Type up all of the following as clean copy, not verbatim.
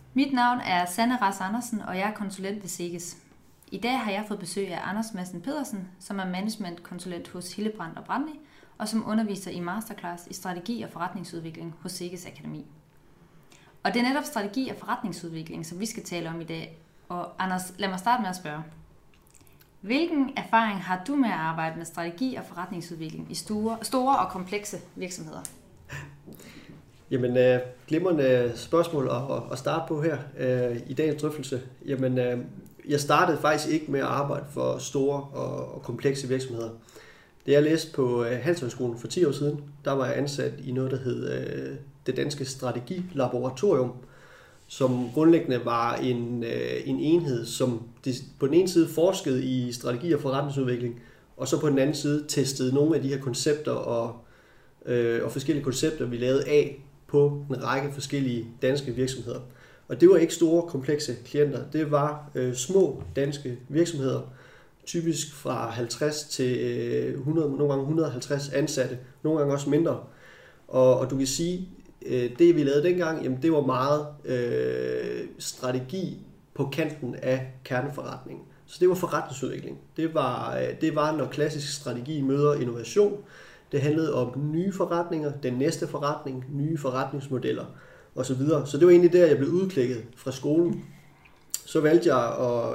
Mit navn er Sanne Ras Andersen, og jeg er konsulent ved SEGES. I dag har jeg fået besøg af Anders Madsen Pedersen, som er managementkonsulent hos Hildebrandt og Brandli, og som underviser i masterclass i strategi og forretningsudvikling hos SEGES Akademi. Og det er netop strategi og forretningsudvikling, som vi skal tale om i dag. Og Anders, lad mig starte med at spørge. Hvilken erfaring har du med at arbejde med strategi og forretningsudvikling i store og komplekse virksomheder? Jamen, glimrende spørgsmål at starte på her i dagens drøftelse. Jamen, jeg startede faktisk ikke med at arbejde for store og komplekse virksomheder. Da jeg læste på Handelshøjskolen for 10 år siden, der var jeg ansat i noget, der hed det danske strategilaboratorium, som grundlæggende var en enhed, som på den ene side forskede i strategi og forretningsudvikling, og så på den anden side testede nogle af de her koncepter og forskellige koncepter, vi lavede af på en række forskellige danske virksomheder. Og det var ikke store, komplekse klienter. Det var små danske virksomheder, typisk fra 50 til 100, nogle gange 150 ansatte, nogle gange også mindre. Og du kan sige, det vi lavede dengang, jamen det var meget strategi på kanten af kerneforretningen. Så det var forretningsudvikling. Det var når klassisk strategi møder innovation. Det handlede om nye forretninger, den næste forretning, nye forretningsmodeller osv. Så det var egentlig der, jeg blev udklækket fra skolen. Så valgte jeg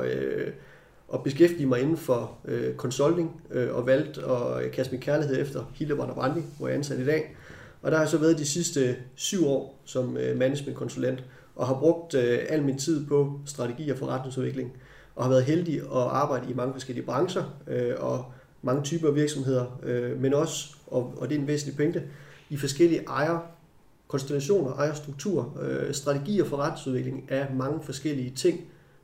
at beskæftige mig inden for consulting og valgte at kaste min kærlighed efter Hildebrandt og Brandli, hvor jeg er ansat i dag. Og der har jeg så været de sidste 7 år som managementkonsulent og har brugt al min tid på strategi og forretningsudvikling og har været heldig at arbejde i mange forskellige brancher og mange typer af virksomheder, men også, og det er en væsentlig pointe, i forskellige ejerkonstellationer, ejerstrukturer. Strategi og forretningsudvikling er mange forskellige ting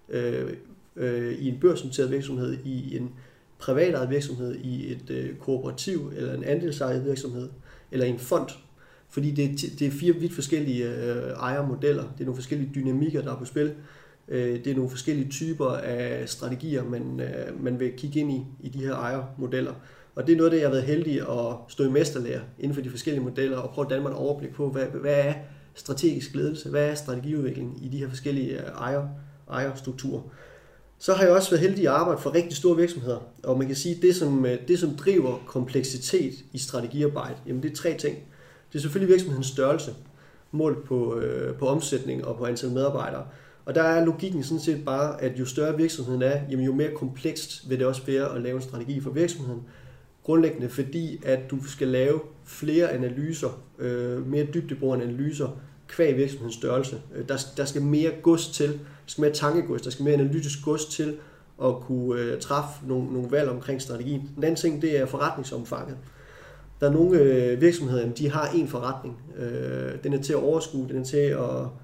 i en børsnoteret virksomhed, i en privatejet virksomhed, i et kooperativ eller en andelsejet virksomhed eller en fond. Fordi det er 4 vidt forskellige ejermodeller. Det er nogle forskellige dynamikker, der er på spil. Det er nogle forskellige typer af strategier, man vil kigge ind i de her ejermodeller. Og det er noget, det jeg har været heldig at stå i mesterlære inden for de forskellige modeller og prøve at danne mig et overblik på, hvad er strategisk ledelse, hvad er strategiudvikling i de her forskellige ejerstrukturer. Så har jeg også været heldig at arbejde for rigtig store virksomheder, og man kan sige, at det som driver kompleksitet i strategiarbejde, jamen det er 3 ting. Det er selvfølgelig virksomhedens størrelse, målt på omsætning og på antal medarbejdere. Og der er logikken sådan set bare, at jo større virksomheden er, jamen jo mere komplekst vil det også være at lave en strategi for virksomheden. Grundlæggende fordi, at du skal lave flere analyser, mere dybdeborende analyser, kvad virksomhedens størrelse. Der skal mere gods til, der skal mere tankegods, der skal mere analytisk gods til at kunne træffe nogle valg omkring strategien. Den anden ting, det er forretningsomfanget. Der er nogle virksomheder, de har én forretning. Den er til at overskue, den er til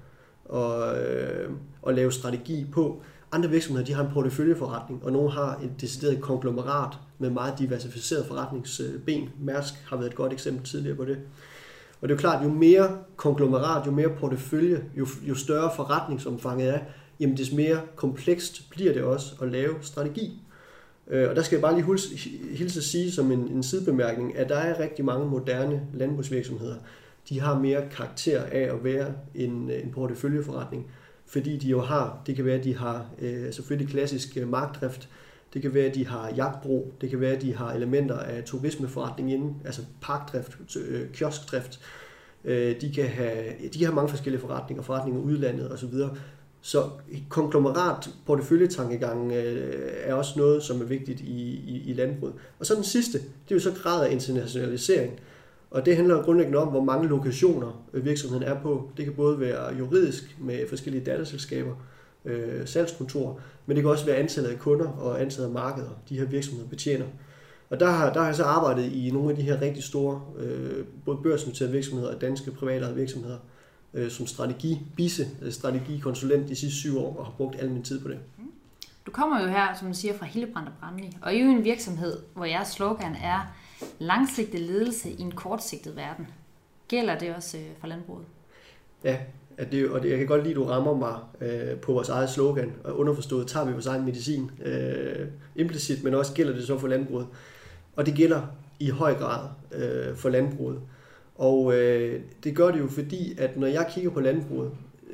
at lave strategi på. Andre virksomheder, de har en porteføljeforretning, og nogle har et decideret konglomerat med meget diversificeret forretningsben. Mærsk har været et godt eksempel tidligere på det. Og det er jo klart, jo mere konglomerat, jo mere portefølje, jo større forretningsomfanget er, jamen des mere komplekst bliver det også at lave strategi. Og der skal jeg bare lige hilse at sige som en sidebemærkning, at der er rigtig mange moderne landbrugsvirksomheder. De har mere karakter af at være en porteføljeforretning, fordi de jo har, det kan være, at de har selvfølgelig klassisk markdrift, det kan være, at de har jagtbrug, det kan være, at de har elementer af turismeforretning inden, altså parkdrift, kioskdrift. De kan have mange forskellige forretninger udlandet osv. Så konglomerat porteføljetankegangen er også noget, som er vigtigt i landbruget. Og så den sidste, det er jo så grad af internationalisering. Og det handler grundlæggende om, hvor mange lokationer virksomheden er på. Det kan både være juridisk med forskellige datterselskaber, salgskontorer, men det kan også være antallet af kunder og antallet af markeder, de her virksomheder betjener. Og der har jeg så arbejdet i nogle af de her rigtig store, både børsnoterede virksomheder og danske privatejede virksomheder, som strategikonsulent de sidste 7 år, og har brugt al min tid på det. Du kommer jo her, som du siger, fra Hildebrandt og Brandli, og I er jo en virksomhed, hvor jeres slogan er langsigtet ledelse i en kortsigtet verden. Gælder det også for landbruget? Ja, jeg kan godt lide, at du rammer mig på vores eget slogan, og underforstået tager vi vores egen medicin implicit, men også gælder det så for landbruget. Og det gælder i høj grad for landbruget. Og det gør det jo fordi, at når jeg kigger på landbruget,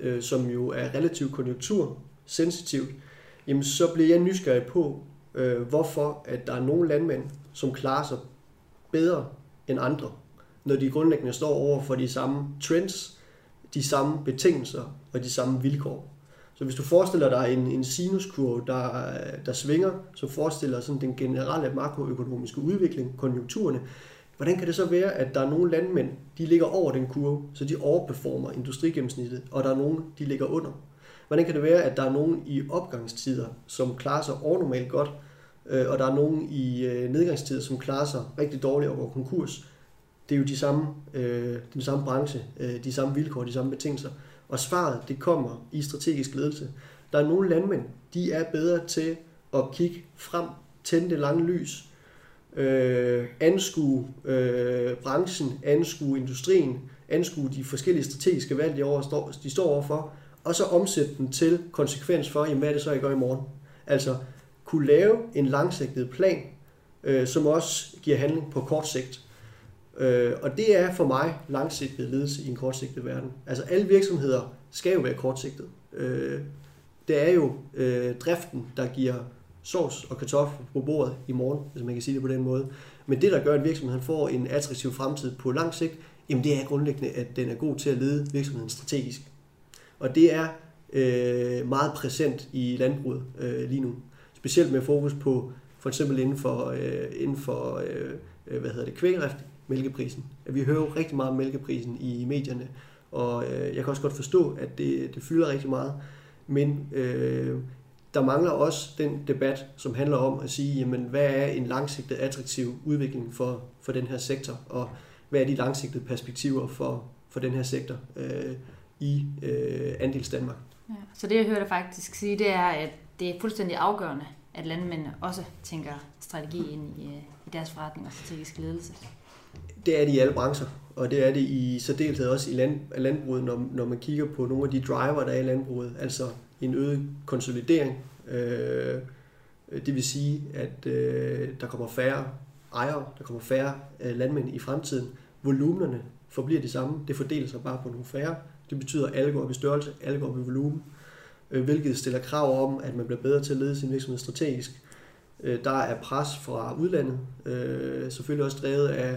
som jo er relativt konjunktursensitivt, jamen så bliver jeg nysgerrig på, hvorfor at der er nogle landmænd, som klarer sig bedre end andre, når de grundlæggende står over for de samme trends, de samme betingelser og de samme vilkår. Så hvis du forestiller dig en sinuskurve, der svinger, som forestiller sådan den generelle makroøkonomiske udvikling, konjunkturerne, hvordan kan det så være, at der er nogle landmænd, de ligger over den kurve, så de overperformer industrigennemsnittet, og der er nogle, de ligger under? Hvordan kan det være, at der er nogen i opgangstider, som klarer sig overnormalt godt, og der er nogen i nedgangstider, som klarer sig rigtig dårligt og går konkurs? Det er jo den samme branche, de samme vilkår, de samme betingelser. Og svaret, det kommer i strategisk ledelse. Der er nogle landmænd, de er bedre til at kigge frem, tænde det lange lys, anskue branchen, anskue industrien, anskue de forskellige strategiske valg, de står overfor, og så omsætte den til konsekvens for, jamen, hvad er det så, jeg gør i morgen? Altså kunne lave en langsigtet plan, som også giver handling på kort sigt. Og det er for mig langsigtet ledelse i en kortsigtet verden. Altså alle virksomheder skal jo være kortsigtet. Det er jo driften, der giver sovs og kartofler på bordet i morgen, hvis man kan sige det på den måde. Men det, der gør, at virksomheden får en attraktiv fremtid på lang sigt, jamen det er grundlæggende, at den er god til at lede virksomheden strategisk. Og det er meget præsent i landbruget lige nu. Specielt med fokus på, for eksempel inden for kvægdrift, mælkeprisen. Vi hører jo rigtig meget om mælkeprisen i medierne, og jeg kan også godt forstå, at det fylder rigtig meget. Men der mangler også den debat, som handler om at sige, jamen, hvad er en langsigtet attraktiv udvikling for den her sektor, og hvad er de langsigtede perspektiver for den her sektor i Andels Danmark. Ja, så det, jeg hørte faktisk sige, det er, at det er fuldstændig afgørende, at landmændene også tænker strategi ind i deres forretning og strategisk ledelse. Det er det i alle brancher, og det er det i særdeleshed også i landbruget, når man kigger på nogle af de driver, der er i landbruget, altså en øget konsolidering. Det vil sige, at der kommer færre ejere, der kommer færre landmænd i fremtiden. Volumenerne forbliver de samme, det fordeler sig bare på nogle færre. Det betyder, at alle går op i størrelse, alle går op i volumen, hvilket stiller krav om, at man bliver bedre til at lede sin virksomhed strategisk. Der er pres fra udlandet, selvfølgelig også drevet af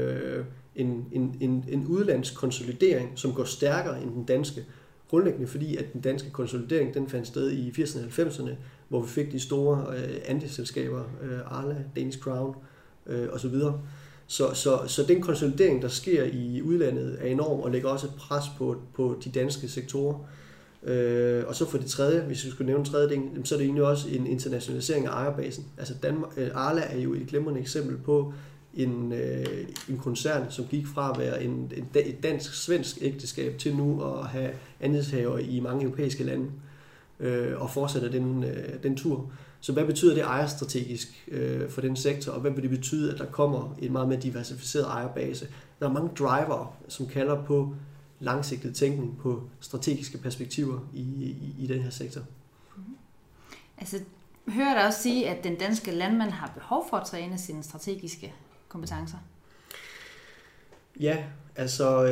en udlandsk konsolidering, som går stærkere end den danske. Grundlæggende fordi, at den danske konsolidering, den fandt sted i 80'erne og 90'erne, hvor vi fik de store andelsselskaber, Arla, Danish Crown osv. Så den konsolidering, der sker i udlandet, er enorm og lægger også et pres på de danske sektorer. Og så for det tredje, hvis vi skulle nævne en tredje ting, så er det egentlig også en internationalisering af ejerbasen. Altså Arla er jo et glimrende eksempel på en koncern, som gik fra at være et dansk-svensk ægteskab til nu at have andelshaver i mange europæiske lande og fortsætter den tur. Så hvad betyder det ejerstrategisk for den sektor, og hvad vil det betyde, at der kommer en meget mere diversificeret ejerbase? Der er mange driver, som kalder på langsigtet tænkning, på strategiske perspektiver i den her sektor. Altså, hører jeg da også sige, at den danske landmand har behov for at træne sine strategiske kompetencer? Ja, altså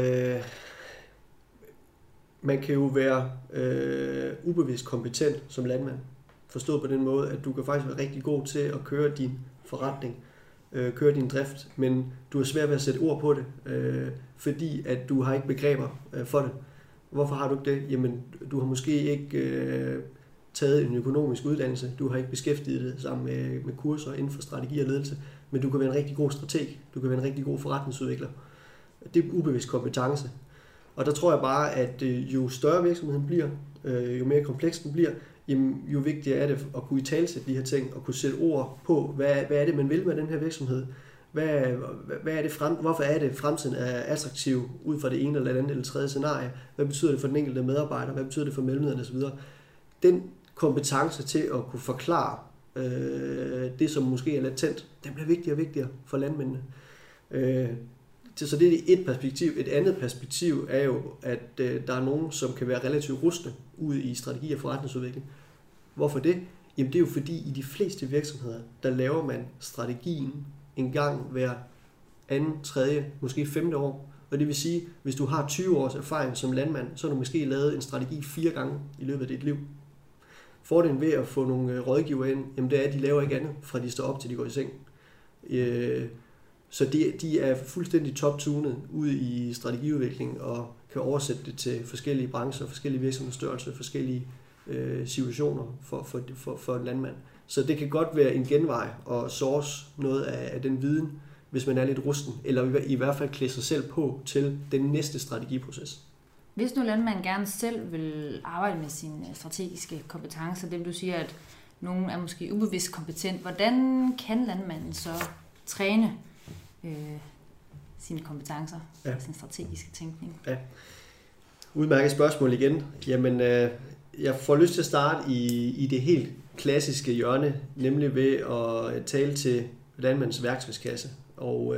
man kan jo være ubevidst kompetent som landmand. Forstået på den måde, at du kan faktisk være rigtig god til at køre din forretning, køre din drift, men du er svær ved at sætte ord på det, fordi at du har ikke begreber for det. Hvorfor har du ikke det? Jamen, du har måske ikke taget en økonomisk uddannelse, du har ikke beskæftiget dig sammen med kurser inden for strategi og ledelse, men du kan være en rigtig god strateg, du kan være en rigtig god forretningsudvikler. Det er ubevidst kompetence. Og der tror jeg bare, at jo større virksomheden bliver, jo mere kompleks den bliver, jamen, jo vigtigere er det at kunne italesætte de her ting, og kunne sætte ord på, hvad er det, man vil med den her virksomhed? Hvad er det hvorfor er det, fremtiden er attraktiv ud fra det ene eller andet eller tredje scenarie? Hvad betyder det for den enkelte medarbejder? Hvad betyder det for mellemlederne osv.? Den kompetence til at kunne forklare det, som måske er latent, den bliver vigtigere og vigtigere for landmændene. Så det er et perspektiv. Et andet perspektiv er jo, at der er nogen, som kan være relativt rustne ude i strategi og forretningsudvikling. Hvorfor det? Jamen det er jo fordi, i de fleste virksomheder, der laver man strategien en gang hver anden, tredje, måske 5. år. Og det vil sige, hvis du har 20 års erfaring som landmand, så har du måske lavet en strategi 4 gange i løbet af dit liv. Fordelen ved at få nogle rådgiver ind, jamen det er, at de laver ikke andet, fra de står op til de går i seng. Så de er fuldstændig top-tunet ude i strategiudvikling og kan oversætte det til forskellige brancher, forskellige virksomhedsstørrelser, forskellige situationer for en landmand. Så det kan godt være en genvej at source noget af den viden, hvis man er lidt rusten, eller i hvert fald klæde sig selv på til den næste strategiproces. Hvis nu landmanden gerne selv vil arbejde med sine strategiske kompetencer, det vil du sige, at nogen er måske ubevidst kompetent, hvordan kan landmanden så træne sine kompetencer, sin strategiske tænkning? Ja. Udmærket spørgsmål igen. Jamen, jeg får lyst til at starte i det helt klassiske hjørne, nemlig ved at tale til landmandens værktøjskasse. Og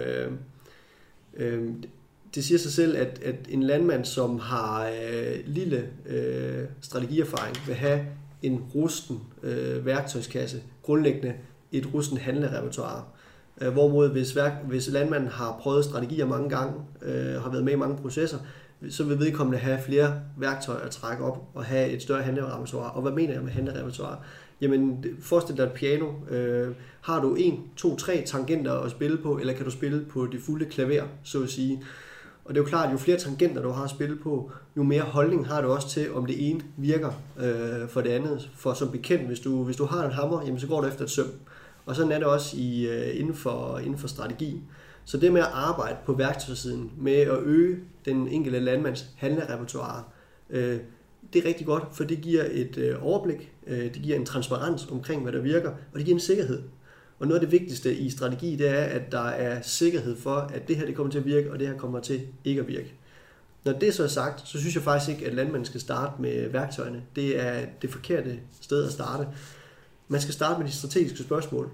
det siger sig selv, at en landmand, som har lille strategierfaring, vil have en rusten værktøjskasse, grundlæggende et rusten handlerepertoire. Hvorimod hvis landmanden har prøvet strategier mange gange, har været med i mange processer, så vil vedkommende have flere værktøjer at trække op og have et større handlerepertoire. Og hvad mener jeg med handlerepertoire? Jamen, forestil dig et piano. Har du 1, 2, 3 tangenter at spille på, eller kan du spille på det fulde klaver, så at sige? Og det er jo klart, at jo flere tangenter du har at spille på, jo mere holdning har du også til, om det ene virker for det andet. For som bekendt, hvis du har en hammer, jamen, så går du efter et søm. Og sådan er det også inden for strategi. Så det med at arbejde på værktøjssiden, med at øge den enkelte landmands handlerepertoire, det er rigtig godt, for det giver et overblik, det giver en transparens omkring, hvad der virker, og det giver en sikkerhed. Og noget af det vigtigste i strategi, det er, at der er sikkerhed for, at det her det kommer til at virke, og det her kommer til ikke at virke. Når det så er sagt, så synes jeg faktisk ikke, at landmanden skal starte med værktøjerne. Det er det forkerte sted at starte. Man skal starte med de strategiske spørgsmål.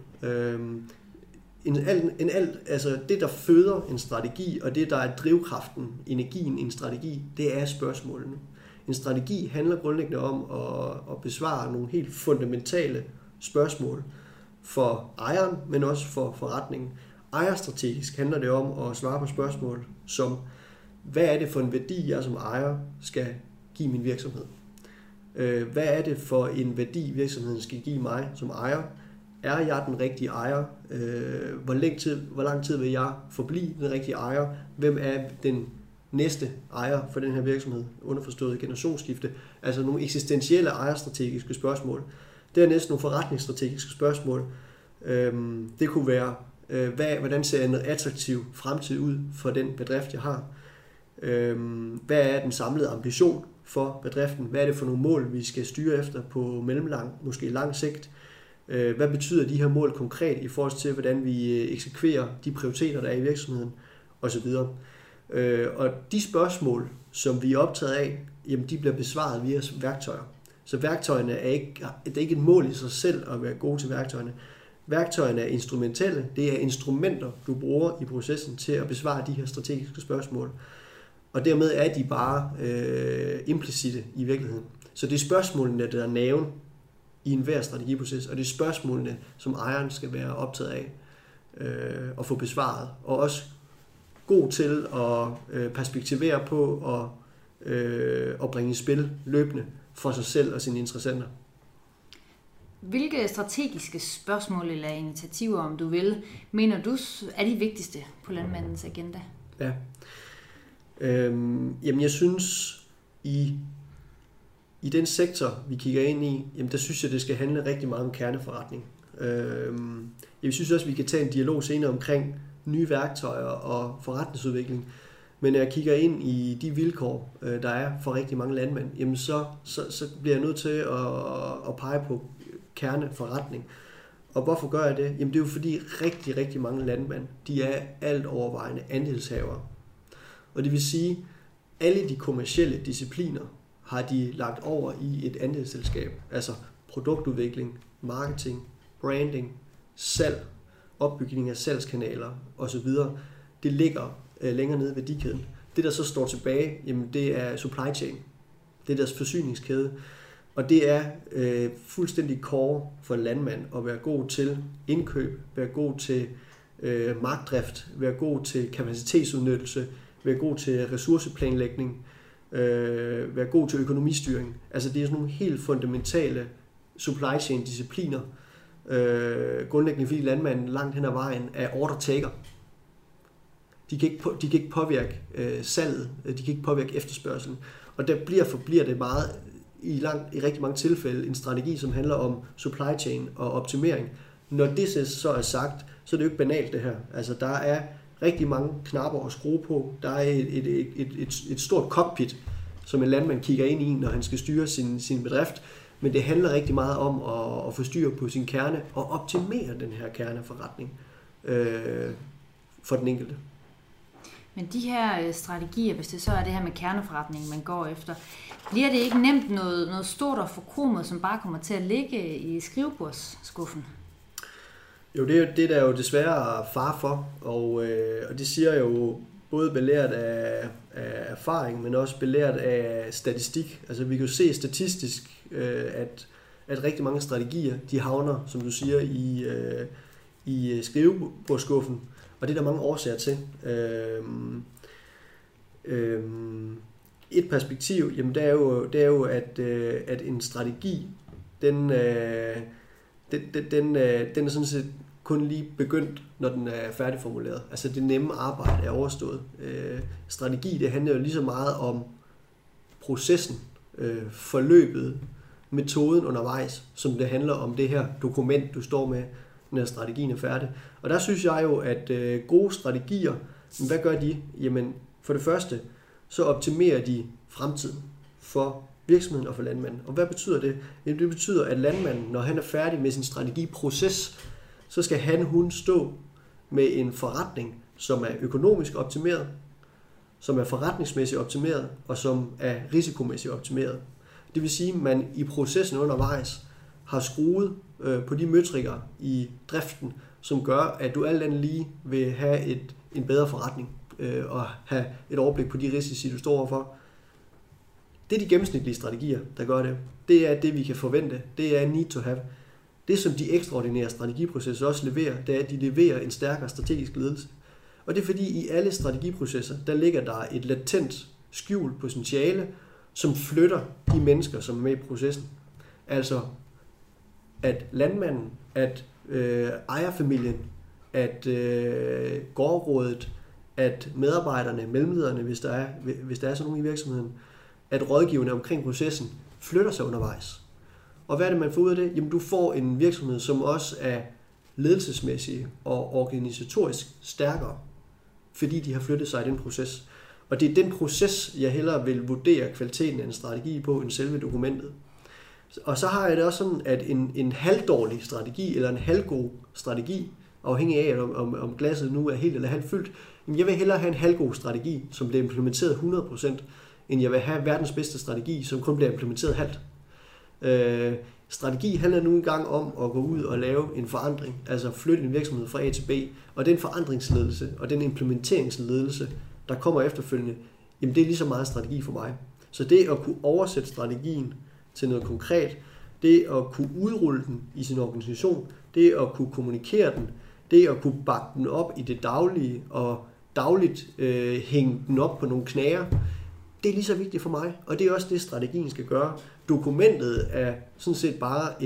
Altså det, der føder en strategi, og det, der er drivkraften, energien i en strategi, det er spørgsmålene. En strategi handler grundlæggende om at besvare nogle helt fundamentale spørgsmål for ejeren, men også for forretningen. Ejerstrategisk handler det om at svare på spørgsmål som, hvad er det for en værdi, jeg som ejer skal give min virksomhed? Hvad er det for en værdi, virksomheden skal give mig som ejer? Er jeg den rigtige ejer? Hvor lang tid vil jeg forblive den rigtige ejer? Hvem er den næste ejer for den her virksomhed? Underforstået generationsskifte. Altså nogle eksistentielle ejerstrategiske spørgsmål. Dernæst nogle forretningsstrategiske spørgsmål. Det kunne være, hvordan ser en attraktiv fremtid ud for den bedrift, jeg har? Hvad er den samlede ambition for bedriften? Hvad er det for nogle mål, vi skal styre efter på mellemlang, måske lang sigt? Hvad betyder de her mål konkret i forhold til, hvordan vi eksekverer de prioriteter, der er i virksomheden, osv. Og de spørgsmål, som vi er optaget af, jamen de bliver besvaret via værktøjer. Så værktøjerne er ikke et mål i sig selv at være gode til værktøjerne. Værktøjerne er instrumentelle. Det er instrumenter, du bruger i processen til at besvare de her strategiske spørgsmål. Og dermed er de bare implicite i virkeligheden. Så det er spørgsmålene, der er nerven i enhver strategiproces, og det er spørgsmålene, som ejeren skal være optaget af at få besvaret. Og også god til at perspektivere på og bringe i spil løbende for sig selv og sine interessenter. Hvilke strategiske spørgsmål eller initiativer, om du vil, mener du er de vigtigste på landmandens agenda? Ja. Jamen jeg synes, i den sektor, vi kigger ind i, jamen der synes jeg, det skal handle rigtig meget om kerneforretning. Jeg synes også, vi kan tage en dialog senere omkring nye værktøjer og forretningsudvikling. Men når jeg kigger ind i de vilkår, der er for rigtig mange landmænd, jamen så bliver jeg nødt til at pege på kerneforretning. Og hvorfor gør jeg det? Jamen det er jo fordi rigtig, rigtig mange landmænd, de er alt overvejende andelshavere. Og det vil sige, alle de kommercielle discipliner har de lagt over i et andelsselskab. Altså produktudvikling, marketing, branding, salg, opbygning af salgskanaler osv. Det ligger længere nede i værdikæden. Det, der så står tilbage, jamen, det er supply chain. Det er deres forsyningskæde. Og det er fuldstændig core for en landmand at være god til indkøb, være god til markdrift, være god til kapacitetsudnyttelse, være god til ressourceplanlægning, være god til økonomistyring. Altså det er sådan nogle helt fundamentale supply chain discipliner, grundlæggende fordi landmanden langt hen ad vejen er order taker. De kan ikke påvirke salget, de kan ikke påvirke efterspørgselen, og der forbliver det meget i rigtig mange tilfælde en strategi, som handler om supply chain og optimering. Når det så er sagt, så er det jo ikke banalt det her. Altså der er rigtig mange knapper at skrue på. Der er et stort cockpit, som en landmand kigger ind i, når han skal styre sin bedrift. Men det handler rigtig meget om at få styr på sin kerne og optimere den her kerneforretning for den enkelte. Men de her strategier, hvis det så er det her med kerneforretning, man går efter, bliver det ikke nemt noget stort og forkromet, som bare kommer til at ligge i skrivebordsskuffen? Jo, det er der jo desværre far for, og det siger jo både belært af erfaring, men også belært af statistik. Altså vi kan jo se statistisk, at rigtig mange strategier, de havner, som du siger, i skrivebordsskuffen, og det er der mange årsager til. Et perspektiv, jamen det er jo at en strategi, den er sådan set kun lige begyndt, når den er færdigformuleret. Altså det nemme arbejde er overstået. Strategi, det handler jo lige så meget om processen, forløbet, metoden undervejs, som det handler om det her dokument, du står med, når strategien er færdig. Og der synes jeg jo, at gode strategier, hvad gør de? Jamen, for det første, så optimerer de fremtiden for virksomheden og for landmanden. Og hvad betyder det? Jamen, det betyder, at landmanden, når han er færdig med sin strategiproces, så skal hun stå med en forretning, som er økonomisk optimeret, som er forretningsmæssigt optimeret, og som er risikomæssigt optimeret. Det vil sige, at man i processen undervejs har skruet på de metrikker i driften, som gør, at du alt andet lige vil have en bedre forretning og have et overblik på de risici, du står overfor. Det er de gennemsnitlige strategier, der gør det. Det er det, vi kan forvente. Det er need to have. Det, som de ekstraordinære strategiprocesser også leverer, det er, at de leverer en stærkere strategisk ledelse. Og det er fordi, i alle strategiprocesser, der ligger der et latent skjult potentiale, som flytter de mennesker, som er med i processen. Altså, at landmanden, at ejerfamilien, at gårdrådet, at medarbejderne, mellemlederne, hvis der er sådan nogle i virksomheden, at rådgiverne omkring processen flytter sig undervejs. Og hvad er det, man får ud af det? Jamen, du får en virksomhed, som også er ledelsesmæssig og organisatorisk stærkere, fordi de har flyttet sig i den proces. Og det er den proces, jeg hellere vil vurdere kvaliteten af en strategi på, end selve dokumentet. Og så har jeg det også sådan, at en halvdårlig strategi, eller en halvgod strategi, afhængig af, om glasset nu er helt eller halvt fyldt, jeg vil hellere have en halvgod strategi, som bliver implementeret 100%, end jeg vil have verdens bedste strategi, som kun bliver implementeret halvt. Strategi handler nu engang om at gå ud og lave en forandring, altså flytte en virksomhed fra A til B, og den forandringsledelse og den implementeringsledelse, der kommer efterfølgende, jamen det er lige så meget strategi for mig. Så det at kunne oversætte strategien til noget konkret, det at kunne udrulle den i sin organisation, det at kunne kommunikere den, det at kunne bakke den op i det daglige og dagligt hænge den op på nogle knager, det er lige så vigtigt for mig, og det er også det, strategien skal gøre. Dokumentet er sådan set bare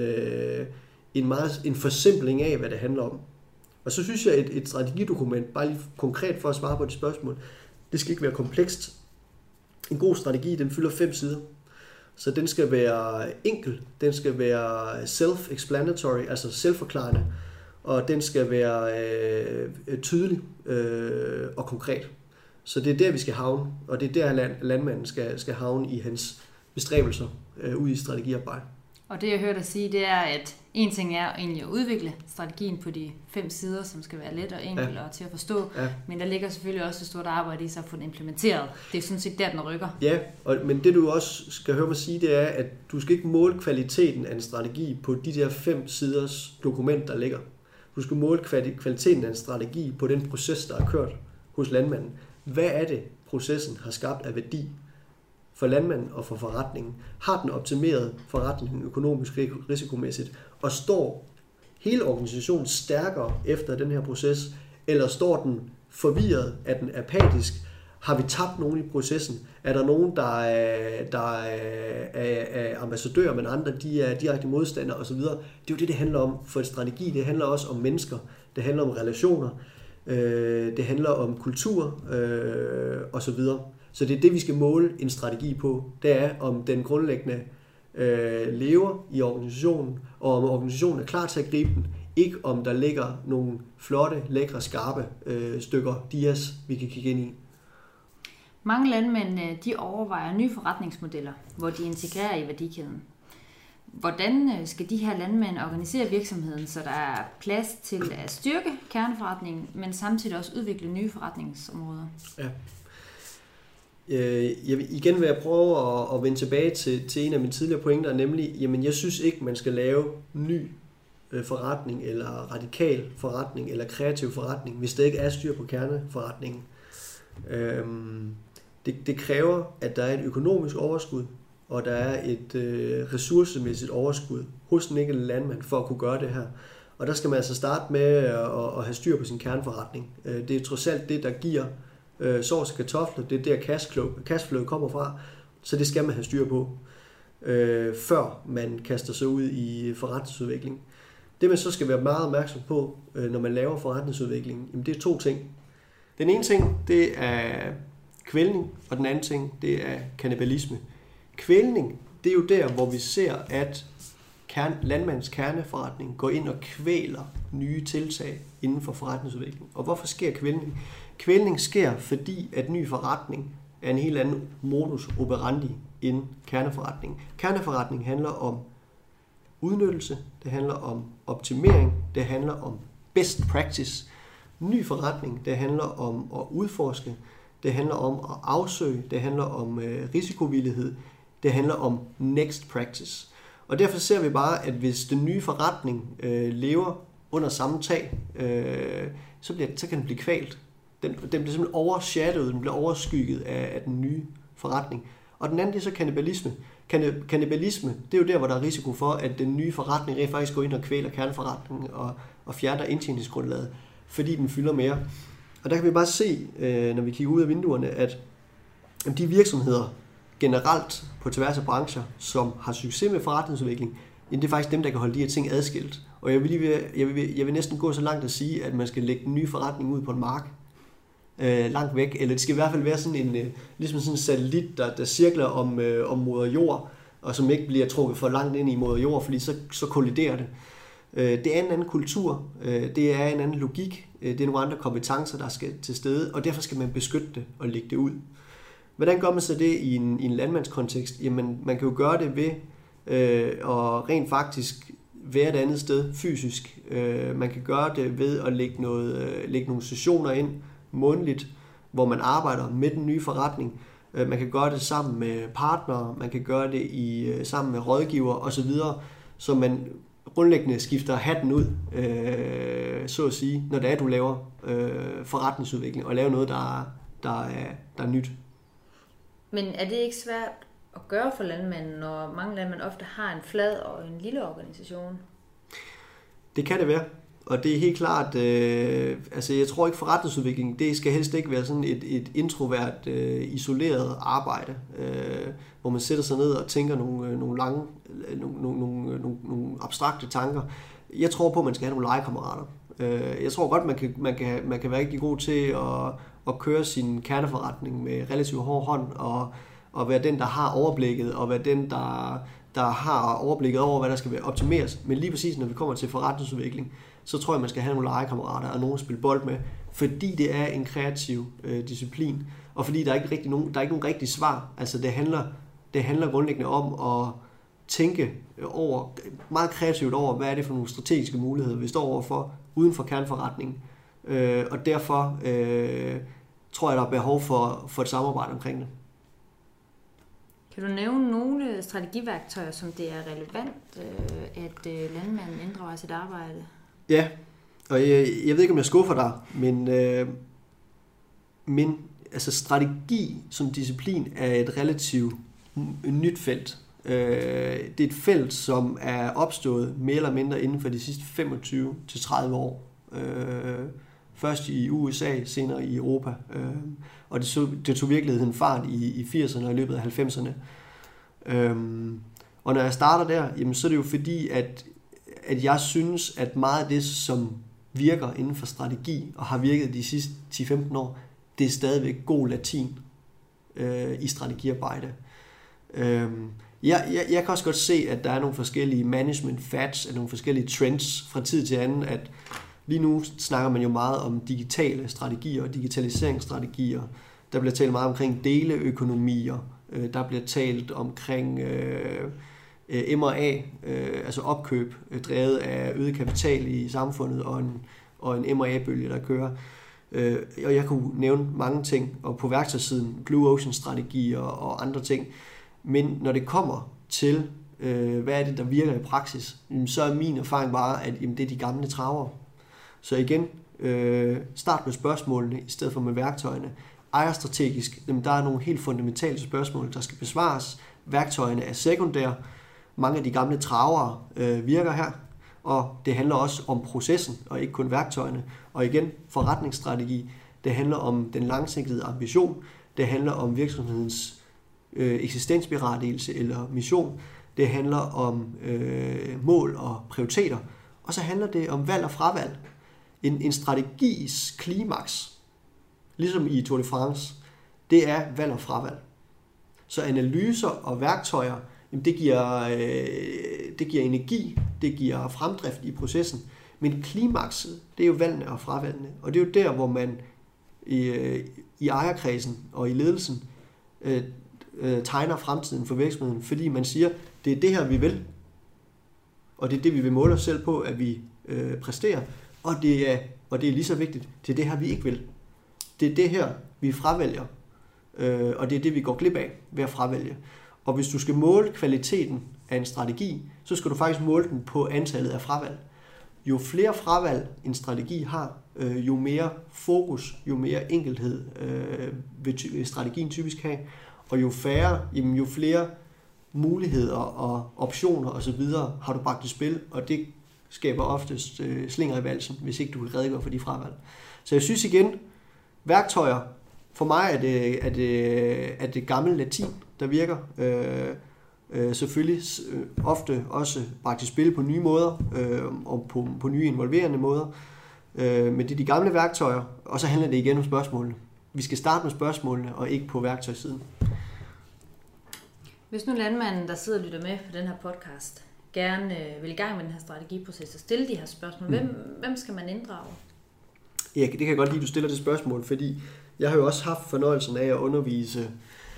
en forsimpling af, hvad det handler om. Og så synes jeg, at et strategidokument, bare lige konkret for at svare på det spørgsmål, det skal ikke være komplekst. En god strategi, den fylder 5 sider. Så den skal være enkel, den skal være self-explanatory, altså selvforklarende, og den skal være tydelig og konkret. Så det er der, vi skal havne, og det er der, landmanden skal havne i hans bestræbelser ud i strategiarbejde. Og det, jeg hørte dig sige, det er, at en ting er egentlig at udvikle strategien på de 5 sider, som skal være let og enkel og til at forstå, men der ligger selvfølgelig også et stort arbejde i sig at få den implementeret. Det er sådan set der, den rykker. Ja, men det du også skal høre mig sige, det er, at du skal ikke måle kvaliteten af en strategi på de der 5 siders dokument, der ligger. Du skal måle kvaliteten af en strategi på den proces, der er kørt hos landmanden. Hvad er det, processen har skabt af værdi for landmanden og for forretningen? Har den optimeret forretningen økonomisk risikomæssigt? Og står hele organisationen stærkere efter den her proces? Eller står den forvirret? Er den apatisk? Har vi tabt nogen i processen? Er der nogen, der er ambassadører, men andre de er direkte modstandere osv.? Det er jo det handler om for en strategi. Det handler også om mennesker. Det handler om relationer. Det handler om kultur osv. Så det er det, vi skal måle en strategi på. Det er, om den grundlæggende lever i organisationen, og om organisationen er klar til at gribe den. Ikke om der ligger nogle flotte, lækre, skarpe stykker dias, vi kan kigge ind i. Mange landmænd de overvejer nye forretningsmodeller, hvor de integrerer i værdikæden. Hvordan skal de her landmænd organisere virksomheden, så der er plads til at styrke kerneforretningen, men samtidig også udvikle nye forretningsområder? Ja. Igen vil jeg prøve at vende tilbage til en af mine tidligere pointer, nemlig, jamen jeg synes ikke, man skal lave ny forretning, eller radikal forretning, eller kreativ forretning, hvis der ikke er styr på kerneforretningen. Det kræver, at der er et økonomisk overskud, og der er et ressourcemæssigt overskud hos den enkelte landmand for at kunne gøre det her. Og der skal man altså starte med at have styr på sin kerneforretning. Det er trods alt det, der giver sovs og kartofler. Det er der cashflow kommer fra. Så det skal man have styr på, før man kaster sig ud i forretningsudvikling. Det man så skal være meget opmærksom på, når man laver forretningsudvikling, jamen det er 2 ting. Den ene ting, det er kvælning, og den anden ting, det er kannibalisme. Kvælning, det er jo der, hvor vi ser, at landmandens kerneforretning går ind og kvæler nye tiltag inden for forretningsudvikling. Og hvorfor sker kvælning? Kvælning sker, fordi at ny forretning er en helt anden modus operandi end kerneforretning. Kerneforretning handler om udnyttelse, det handler om optimering, det handler om best practice. Ny forretning, det handler om at udforske, det handler om at afsøge, det handler om risikovillighed, det handler om next practice. Og derfor ser vi bare, at hvis den nye forretning lever under samme tag, så kan den blive kvalt. Den bliver simpelthen overshadowet, den bliver overskygget af den nye forretning. Og den anden, det er så kannibalisme. Kannibalisme, det er jo der, hvor der er risiko for, at den nye forretning rent faktisk går ind og kvæler kerneforretningen og fjerner indtjeningsgrundlaget, fordi den fylder mere. Og der kan vi bare se, når vi kigger ud af vinduerne, at de virksomheder generelt på tværs af brancher, som har succes med forretningsudvikling, det er faktisk dem, der kan holde de her ting adskilt. Og jeg vil næsten gå så langt at sige, at man skal lægge den nye forretning ud på en mark langt væk. Eller det skal i hvert fald være sådan ligesom sådan en satellit, der cirkler om moder jord, og som ikke bliver trukket for langt ind i moder jord, fordi så kolliderer det. Det er en anden kultur, det er en anden logik, det er nogle andre kompetencer, der skal til stede, og derfor skal man beskytte det og lægge det ud. Hvordan gør man så det i en landmandskontekst? Jamen, man kan jo gøre det ved at rent faktisk være et andet sted fysisk. Man kan gøre det ved at lægge nogle sessioner ind månedligt, hvor man arbejder med den nye forretning. Man kan gøre det sammen med partnere, man kan gøre det sammen med rådgiver osv., så man grundlæggende skifter hatten ud, så at sige, når det er, du laver forretningsudvikling og laver noget, der er nyt. Men er det ikke svært at gøre for landmanden, når mange landmænd ofte har en flad og en lille organisation? Det kan det være, og det er helt klart, jeg tror ikke forretningsudvikling, det skal helst ikke være sådan et introvert, isoleret arbejde, hvor man sætter sig ned og tænker nogle lange, nogle abstrakte tanker. Jeg tror på, at man skal have nogle legekammerater. Jeg tror godt, man kan være rigtig god til at køre sin kerneforretning med relativt hård hånd, og være den, der har overblikket, og være den, der har overblikket over, hvad der skal optimeres. Men lige præcis, når vi kommer til forretningsudvikling, så tror jeg, man skal have nogle legekammerater og nogen at spille bold med, fordi det er en kreativ disciplin, og fordi der er ikke nogen rigtig svar. Altså det handler grundlæggende om at tænke meget kreativt over, hvad er det for nogle strategiske muligheder, vi står overfor uden for kerneforretningen. Og derfor tror jeg, der er behov for et samarbejde omkring det. Kan du nævne nogle strategiværktøjer, som det er relevant, at landmanden inddrager sit arbejde? Ja, og jeg ved ikke, om jeg skuffer dig, men altså strategi som disciplin er et relativt nyt felt. Det er et felt, som er opstået mere eller mindre inden for de sidste 25-30 år. Først i USA, senere i Europa. Og det tog virkeligheden fart i 80'erne og i løbet af 90'erne. Og når jeg starter der, jamen, så er det jo fordi, at jeg synes, at meget af det, som virker inden for strategi, og har virket de sidste 10-15 år, det er stadigvæk god latin i strategiarbejde. Jeg kan også godt se, at der er nogle forskellige management fads, nogle forskellige trends fra tid til anden, at lige nu snakker man jo meget om digitale strategier og digitaliseringsstrategier. Der bliver talt meget omkring deleøkonomier. Der bliver talt omkring M&A, altså opkøb, drevet af øget kapital i samfundet og en M&A-bølge, der kører. Og jeg kunne nævne mange ting, og på værktøjssiden, Blue Ocean-strategier og andre ting. Men når det kommer til, hvad er det, der virker i praksis, så er min erfaring bare, at det er de gamle travere. Så igen, start med spørgsmålene i stedet for med værktøjerne. Ejerstrategisk, der er nogle helt fundamentale spørgsmål, der skal besvares. Værktøjerne er sekundære. Mange af de gamle travere virker her, og det handler også om processen, og ikke kun værktøjerne. Og igen, forretningsstrategi, det handler om den langsigtede ambition, det handler om virksomhedens eksistensberettigelse eller mission, det handler om mål og prioriteter, og så handler det om valg og fravalg. En strategis klimaks, ligesom i Tour de France, det er valg og fravalg. Så analyser og værktøjer, det giver energi, det giver fremdrift i processen, men klimakset, det er jo valgene og fravalgene, og det er jo der, hvor man i ejerkredsen og i ledelsen tegner fremtiden for virksomheden, fordi man siger, det er det her, vi vil, og det er det, vi vil måle os selv på, at vi præsterer, og det er lige så vigtigt, det er det her, vi ikke vil. Det er det her, vi fravælger, og det er det, vi går glip af ved at fravælge. Og hvis du skal måle kvaliteten af en strategi, så skal du faktisk måle den på antallet af fravalg. Jo flere fravalg en strategi har, jo mere fokus, jo mere enkelhed vil strategien typisk have, og jo færre, jo flere muligheder og optioner osv. har du bragt i spil, og det skaber oftest slinger i valsen, hvis ikke du kan redegøre for de fravalg. Så jeg synes igen, værktøjer, for mig er det gammel latin, der virker. Selvfølgelig ofte også bragt i spil på nye måder, og på nye involverende måder. Men det er de gamle værktøjer, og så handler det igen om spørgsmålene. Vi skal starte med spørgsmålene, og ikke på værktøjssiden. Hvis nu landmanden, der sidder og lytter med på den her podcast, gerne vil i gang med den her strategiproces og stille de her spørgsmål, hvem skal man inddrage? Ja, det kan jeg godt lide, at du stiller det spørgsmål, fordi jeg har jo også haft fornøjelsen af at undervise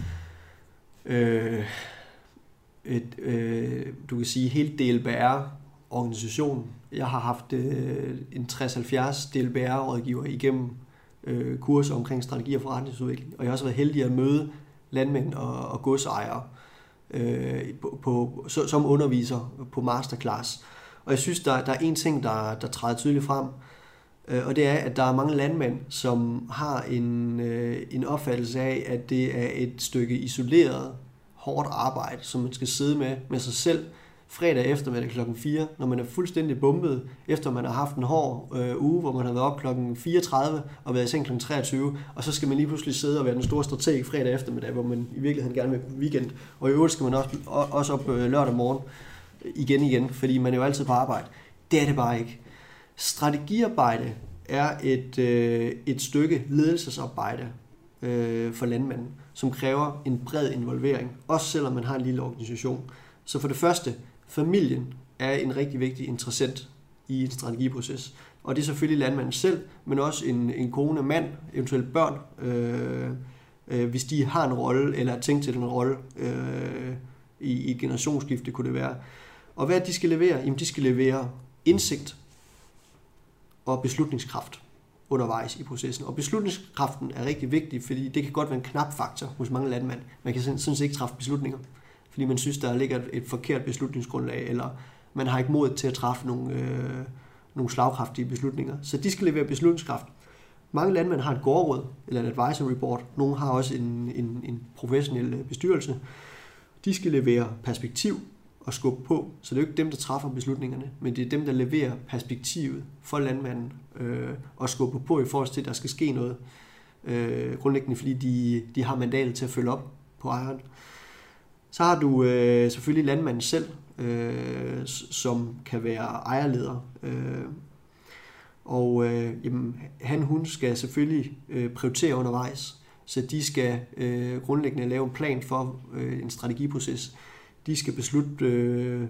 du kan sige helt DLBR-organisationen. Jeg har haft en 60-70 DLBR-rådgiver igennem kurser omkring strategi og forretningsudvikling, og jeg har også været heldig at møde landmænd og godsejere som underviser på masterclass. Og jeg synes, der er en ting, der træder tydeligt frem, og det er, at der er mange landmænd, som har en opfattelse af, at det er et stykke isoleret, hårdt arbejde, som man skal sidde med sig selv fredag eftermiddag kl. 4, når man er fuldstændig bumpet, efter man har haft en hård uge, hvor man har været op kl. 34 og været i seng kl. 23, og så skal man lige pludselig sidde og være den store strateg fredag eftermiddag, hvor man i virkeligheden gerne vil på weekend, og i øvrigt skal man også op lørdag morgen igen, fordi man er jo altid på arbejde. Det er det bare ikke. Strategiarbejde er et stykke ledelsesarbejde for landmanden, som kræver en bred involvering, også selvom man har en lille organisation. Så for det første, familien er en rigtig vigtig interessent i en strategiproces. Og det er selvfølgelig landmanden selv, men også en kone, mand, eventuelt børn, hvis de har en rolle, eller er tænkt til en rolle i et generationsskifte, kunne det være. Og hvad de skal levere? Jamen, de skal levere indsigt og beslutningskraft undervejs i processen. Og beslutningskraften er rigtig vigtig, fordi det kan godt være en knap faktor hos mange landmænd. Man kan sådan set ikke træffe beslutninger, fordi man synes, der ligger et forkert beslutningsgrundlag, eller man har ikke mod til at træffe nogle slagkraftige beslutninger. Så de skal levere beslutningskraft. Mange landmænd har et gårdråd, eller et advisory board. Nogle har også en professionel bestyrelse. De skal levere perspektiv at skubbe på. Så det er jo ikke dem, der træffer beslutningerne, men det er dem, der leverer perspektivet for landmanden og skubber på i forhold til, at der skal ske noget. Grundlæggende fordi de har mandatet til at følge op på ejeren. Så har du selvfølgelig landmanden selv, som kan være ejerleder. Hun skal selvfølgelig prioritere undervejs, så de skal grundlæggende lave en plan for en strategiproces. De skal beslutte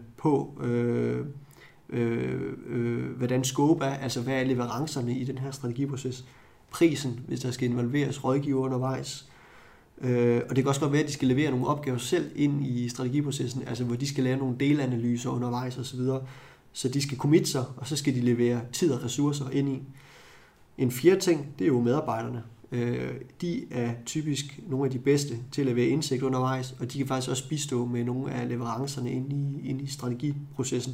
hvordan scope er, altså hvad er leverancerne i den her strategiproces, prisen, hvis der skal involveres rådgiver undervejs. Og det kan også godt være, at de skal levere nogle opgaver selv ind i strategiprocessen, altså hvor de skal lave nogle delanalyser undervejs osv., så de skal committe sig, og så skal de levere tid og ressourcer ind i. En fjerde ting, det er jo medarbejderne. De er typisk nogle af de bedste til at levere indsigt undervejs, og de kan faktisk også bistå med nogle af leverancerne ind i strategiprocessen.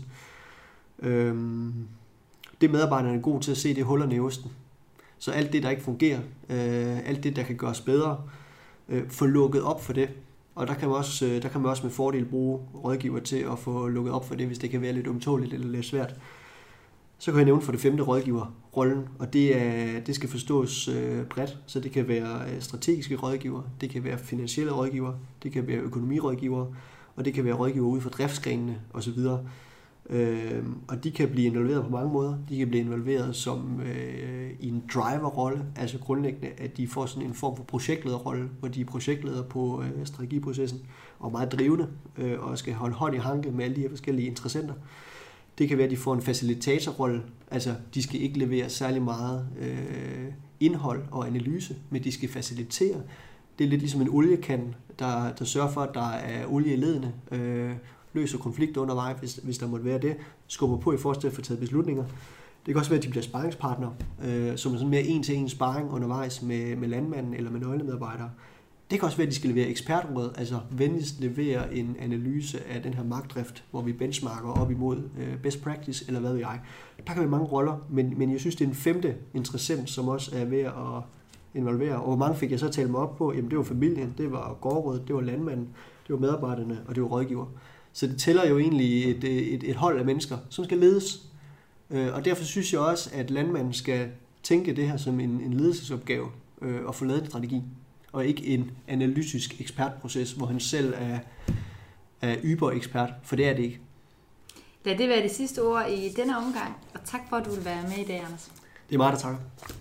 Det medarbejderne er gode til at se, det er hullerne i osten. Så alt det, der ikke fungerer, alt det, der kan gøres bedre, få lukket op for det. Og der kan man også med fordel bruge rådgiver til at få lukket op for det, hvis det kan være lidt ømtåligt eller lidt svært. Så kan jeg nævne for det 5. rådgiverrollen, og det skal forstås bredt. Så det kan være strategiske rådgiver, det kan være finansielle rådgiver, det kan være økonomirådgiver, og det kan være rådgiver ude for driftsgrenene osv. Og de kan blive involveret på mange måder. De kan blive involveret som i en driverrolle, altså grundlæggende, at de får sådan en form for projektlederrolle, hvor de er projektleder på strategiprocessen og meget drivende og skal holde hånd i hanke med alle de her forskellige interessenter. Det kan være, at de får en facilitatorrolle, altså de skal ikke levere særlig meget indhold og analyse, men de skal facilitere. Det er lidt ligesom en oliekande, der sørger for, at der er olie i ledene, løser konflikter undervejs, hvis der måtte være det, skubber på i forhold til at få taget beslutninger. Det kan også være, at de bliver sparringspartnere, som er sådan mere en-til-en sparring undervejs med landmanden eller med nøglemedarbejdere. Det kan også være, at de skal levere ekspertråd, altså venligst levere en analyse af den her markdrift, hvor vi benchmarker op imod best practice, eller hvad ved jeg. Der kan være mange roller, men jeg synes, det er en 5. interessent, som også er ved at involvere. Og hvor mange fik jeg så talt mig op på? Jamen det var familien, det var gårdrådet, det var landmanden, det var medarbejderne, og det var rådgiver. Så det tæller jo egentlig et hold af mennesker, som skal ledes. Og derfor synes jeg også, at landmanden skal tænke det her som en ledelsesopgave og få lavet en strategi. Og ikke en analytisk ekspertproces, hvor han selv er yber-ekspert, for det er det ikke. Lad det være det sidste ord i denne omgang, og tak for, at du vil være med i dag, Anders. Det er mig, der takker.